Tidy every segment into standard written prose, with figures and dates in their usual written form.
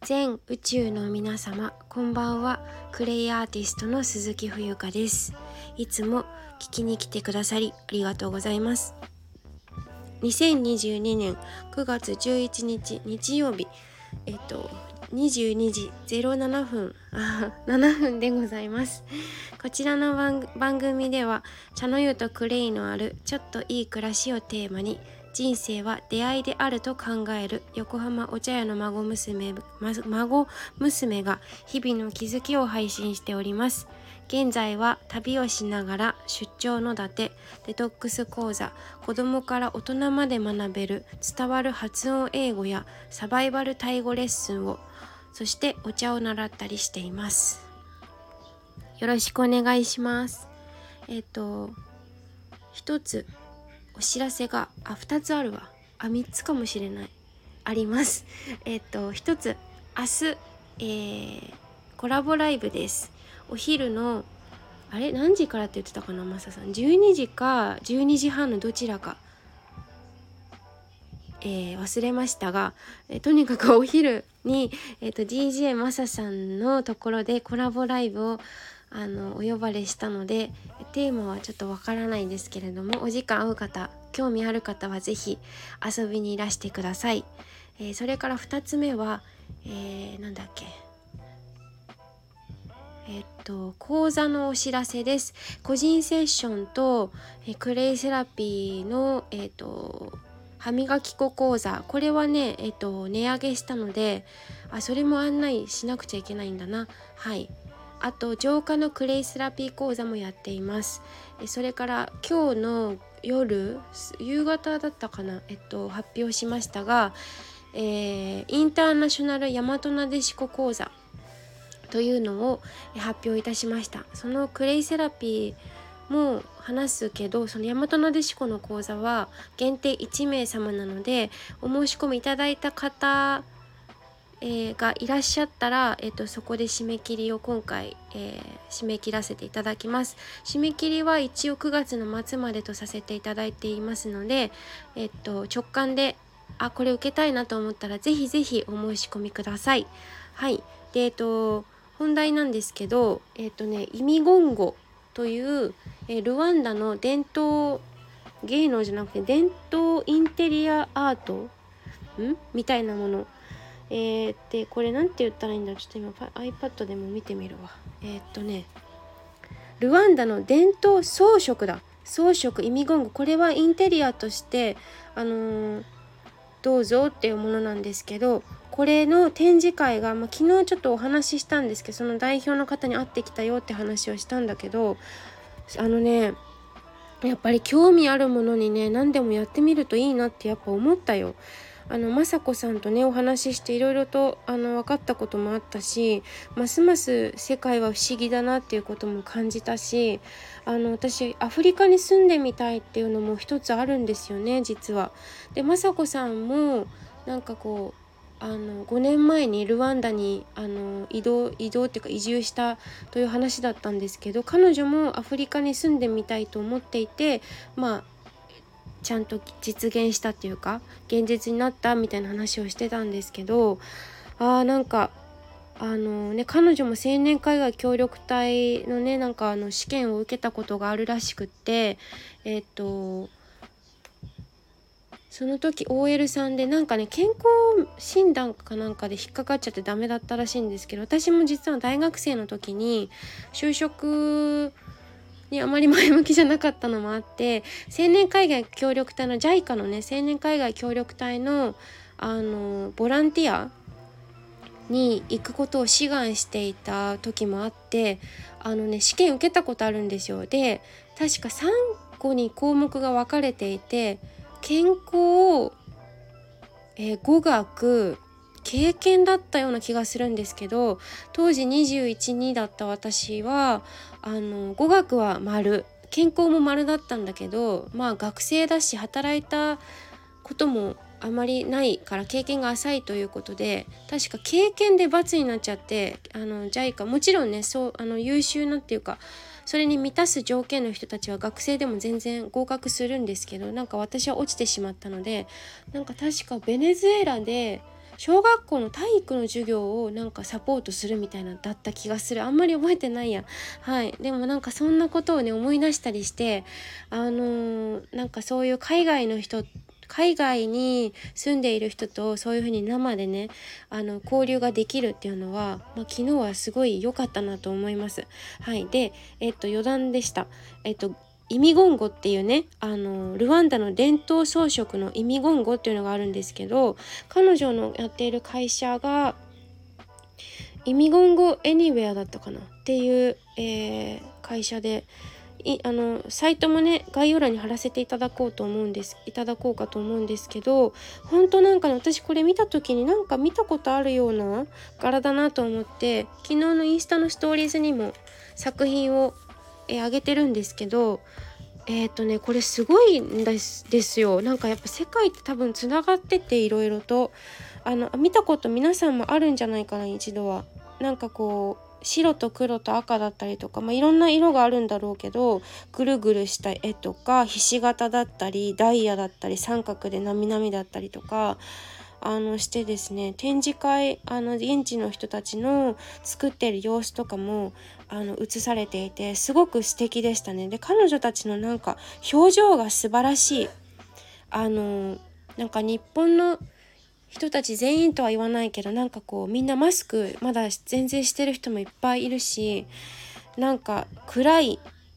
全宇宙の皆様、こんばんは。クレイアーティストの鈴木冬香です。いつも聞きに来てくださりありがとうございます。2022年9月11日日曜日、22時07分7分でございます。こちらの番組では、茶の湯とクレイのあるちょっといい暮らしをテーマに、人生は出会いであると考える横浜お茶屋の孫娘が日々の気づきを配信しております。現在は旅をしながら出張のだて、デトックス講座、子供から大人まで学べる伝わる発音英語やサバイバルタイ語レッスンを、そしてお茶を習ったりしています。よろしくお願いします。一つお知らせが2つあるわ。3つかもしれない。あります。一つ、明日、コラボライブです。お昼の何時からって言ってたかな、マサさん。12時か12時半のどちらか、忘れましたが、とにかくお昼に、DJ マサさんのところでコラボライブをお呼ばれしたので、テーマはちょっとわからないんですけれども、お時間合う方、興味ある方はぜひ遊びにいらしてください。それから2つ目は、なんだっけ、講座のお知らせです。個人セッションと、クレイセラピーの、歯磨き粉講座、これはね、値上げしたので、それも案内しなくちゃいけないんだな。はい。あと浄化のクレイセラピー講座もやっています。それから今日の夕方だったかな、発表しましたが、インターナショナル大和なでしこ講座というのを発表いたしました。そのクレイセラピーも話すけど、その大和なでしこの講座は限定1名様なので、お申し込みいただいた方がいらっしゃったら、そこで締め切りを今回、締め切らせていただきます。締め切りは一応9月の末までとさせていただいていますので、直感でこれ受けたいなと思ったらぜひぜひお申し込みください。はい。で、本題なんですけど、イミゴンゴという、ルワンダの伝統芸能じゃなくて伝統インテリアアートみたいなもの。でこれなんて言ったらいいんだ。ちょっと今 iPad でも見てみるわ。ルワンダの伝統装飾イミゴンゴ、これはインテリアとしてどうぞっていうものなんですけど、これの展示会が、昨日ちょっとお話ししたんですけど、その代表の方に会ってきたよって話をしたんだけど、やっぱり興味あるものにね、何でもやってみるといいなってやっぱ思ったよ。雅子さんとねお話ししていろいろと分かったこともあったし、ますます世界は不思議だなっていうことも感じたし、私アフリカに住んでみたいっていうのも一つあるんですよね、実は。で雅子さんもなんかこう5年前にルワンダに移動っていうか移住したという話だったんですけど、彼女もアフリカに住んでみたいと思っていて、ちゃんと実現したっていうか現実になったみたいな話をしてたんですけど、彼女も青年海外協力隊のね試験を受けたことがあるらしくって、その時 OL さんで健康診断かなんかで引っかかっちゃってダメだったらしいんですけど、私も実は大学生の時に就職にあまり前向きじゃなかったのもあって、青年海外協力隊の JICA のね青年海外協力隊のボランティアに行くことを志願していた時もあって、試験受けたことあるんですよ。で確か3個に項目が分かれていて、健康、語学、経験だったような気がするんですけど、当時21、2だった私は語学は丸、健康も丸だったんだけど、学生だし働いたこともあまりないから経験が浅いということで、確か経験で×になっちゃって、JICA もちろんね優秀なっていうかそれに満たす条件の人たちは学生でも全然合格するんですけど、私は落ちてしまったので、確かベネズエラで小学校の体育の授業をなんかサポートするみたいなだった気がする。あんまり覚えてないや。はい。でもなんかそんなことをね思い出したりして、なんかそういう海外に住んでいる人とそういう風に生でね交流ができるっていうのは、昨日はすごい良かったなと思います。はい。で余談でした。イミゴンゴっていうねルワンダの伝統装飾のイミゴンゴっていうのがあるんですけど、彼女のやっている会社がイミゴンゴエニウェアだったかなっていう、会社でサイトもね概要欄に貼らせていただこうかと思うんですけど、本当なんかね、私これ見た時になんか見たことあるような柄だなと思って、昨日のインスタのストーリーズにも作品を上げてるんですけど、これすごいんですよ。なんかやっぱ世界って多分つながってて、いろいろと見たこと皆さんもあるんじゃないかな、一度は。なんかこう白と黒と赤だったりとか、いろんな色があるんだろうけど、ぐるぐるした絵とかひし形だったりダイヤだったり三角でなみなみだったりとかしてですね、展示会現地の人たちの作ってる様子とかも映されていて、すごく素敵でしたね。で彼女たちのなんか表情が素晴らしい。なんか日本の人たち全員とは言わないけど、なんかこうみんなマスクまだ全然してる人もいっぱいいるし、なんか暗い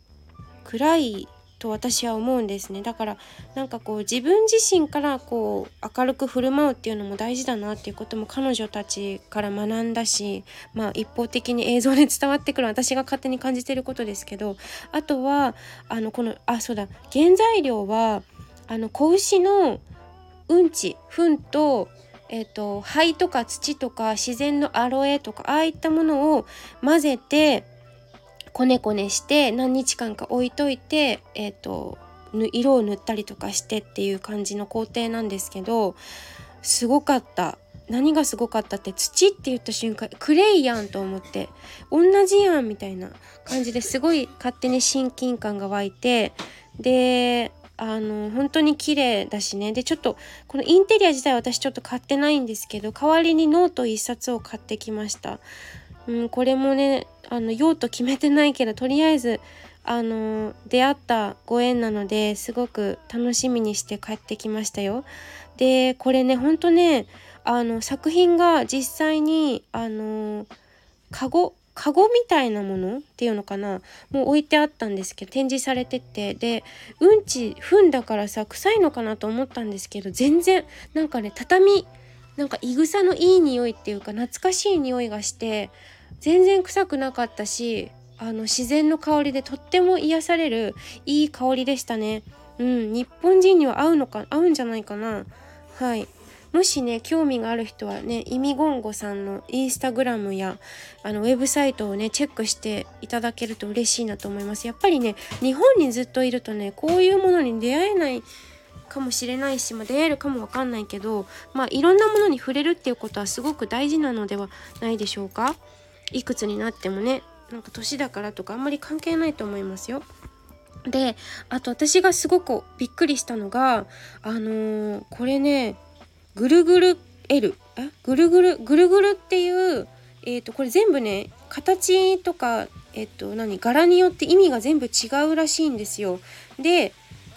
と私は思うんですね。だからなんかこう自分自身からこう明るく振る舞うっていうのも大事だなっていうことも彼女たちから学んだし、一方的に映像で伝わってくる私が勝手に感じてることですけど、あとはそうだ、原材料は子牛のうんち糞と灰とか土とか自然のアロエとかああいったものを混ぜてこねこねして何日間か置いといて、色を塗ったりとかしてっていう感じの工程なんですけど、すごかった。何がすごかったって、土って言った瞬間クレイやんと思って、同じやんみたいな感じですごい勝手に親近感が湧いて、で本当に綺麗だしね。でちょっとこのインテリア自体私ちょっと買ってないんですけど、代わりにノート1冊を買ってきました。これもね用途決めてないけど、とりあえず出会ったご縁なのですごく楽しみにして帰ってきましたよ。でこれねほんとね作品が実際にカゴみたいなものっていうのかな、もう置いてあったんですけど、展示されてて、でうんち糞だからさ臭いのかなと思ったんですけど、全然なんかねなんかいぐさのいい匂いっていうか懐かしい匂いがして全然臭くなかったし、自然の香りでとっても癒されるいい香りでしたね。日本人には合うんじゃないかな。はい。もしね興味がある人はね、イミゴンゴさんのインスタグラムやウェブサイトをねチェックしていただけると嬉しいなと思います。やっぱりね日本にずっといるとねこういうものに出会えないかもしれないし、出会えるかもわかんないけど、いろんなものに触れるっていうことはすごく大事なのではないでしょうか。いくつになってもね、なんか年だからとかあんまり関係ないと思いますよ。であと私がすごくびっくりしたのがこれねぐるぐる L ぐるぐるっていうこれ全部ね形とか柄によって意味が全部違うらしいんですよ。で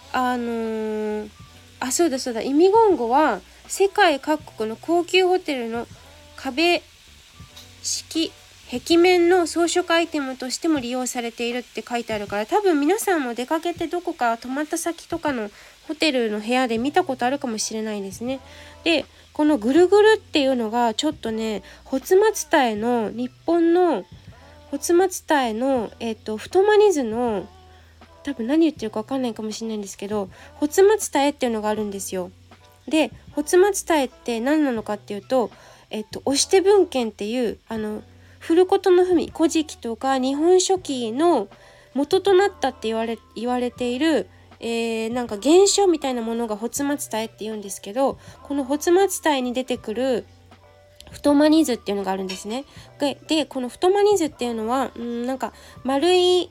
そうだ、イミゴンゴは世界各国の高級ホテルの壁式壁面の装飾アイテムとしても利用されているって書いてあるから、多分皆さんも出かけてどこか泊まった先とかのホテルの部屋で見たことあるかもしれないですね。でこのぐるぐるっていうのがちょっとね日本のホツマツタエの太マニズの多分何言ってるか分かんないかもしれないんですけど、ホツマツタエっていうのがあるんですよ。でホツマツタエって何なのかっていうと、押して文献っていう振ることの文古事記とか日本書紀の元となったって言われている、なんか原書みたいなものがホツマツタエって言うんですけど、このホツマツタエに出てくる太マニ図っていうのがあるんですね。でこの太マニ図っていうのはなんか丸い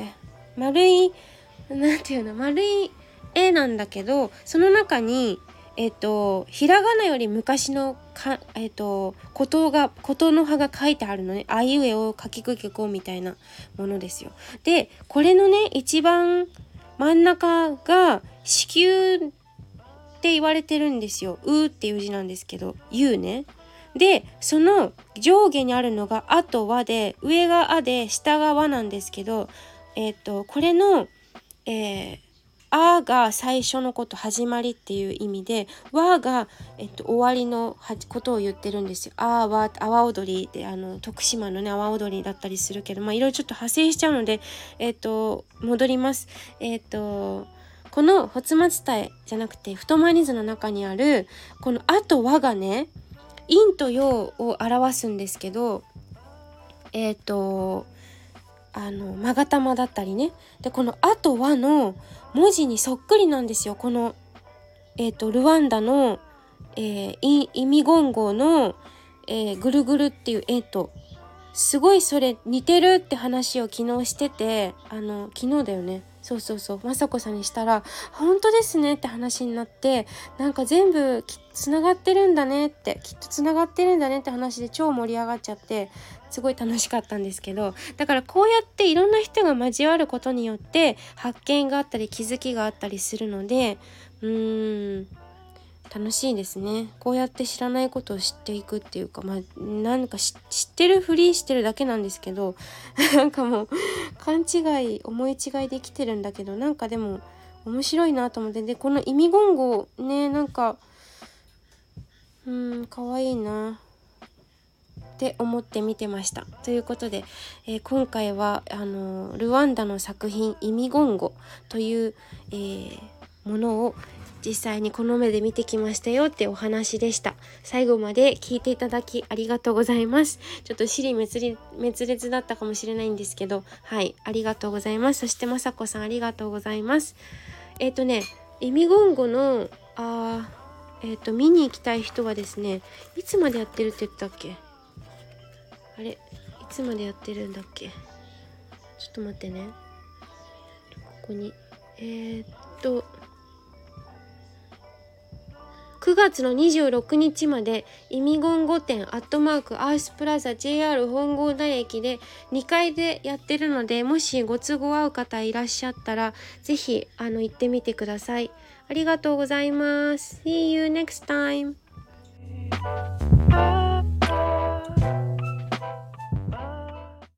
丸い絵なんだけど、その中にひらがなより昔のことの葉が書いてあるのね。あいうえを書きくけこみたいなものですよ。でこれのね一番真ん中が子宮って言われてるんですよ。うっていう字なんですけど、ゆうね。でその上下にあるのがあとわで、上があで下がわなんですけど、これの、あが最初のこと、始まりっていう意味で、わが、終わりのことを言ってるんですよ。あは阿波踊りで、徳島のね阿波踊りだったりするけど、いろいろちょっと派生しちゃうので、戻ります。この発末体じゃなくて太巻図の中にあるこのあとわがね、陰と陽を表すんですけど、勾玉だったりね。でこのあとわの文字にそっくりなんですよ。この、ルワンダの、意味言語の、ぐるぐるっていう絵とすごいそれ似てるって話を昨日してて、昨日だよね。そう雅子さんにしたら本当ですねって話になって、なんか全部つながってるんだねって、きっとつながってるんだねって話で超盛り上がっちゃって、すごい楽しかったんですけど、だからこうやっていろんな人が交わることによって発見があったり気づきがあったりするので、楽しいですね。こうやって知らないことを知っていくっていうか、なんか知ってるふりしてるだけなんですけどなんかもう勘違い思い違いできてるんだけど、なんかでも面白いなと思って、でこの意味言語ね、なんかかわいいなって思って見てました。ということで、今回はルワンダの作品意味言語という、ものを実際にこの目で見てきましたよってお話でした。最後まで聞いていただきありがとうございます。ちょっと尻滅裂だったかもしれないんですけど、はいありがとうございます。そして雅子さんありがとうございます。意味言語の見に行きたい人はですね、いつまでやってるって言ったっけ、あれいつまでやってるんだっけ、ちょっと待ってね、ここに9月の26日まで意味言語展アースプラザ JR 本郷台駅で2階でやってるので、もしご都合合う方いらっしゃったらぜひ行ってみてください。ありがとうございます。See you next time.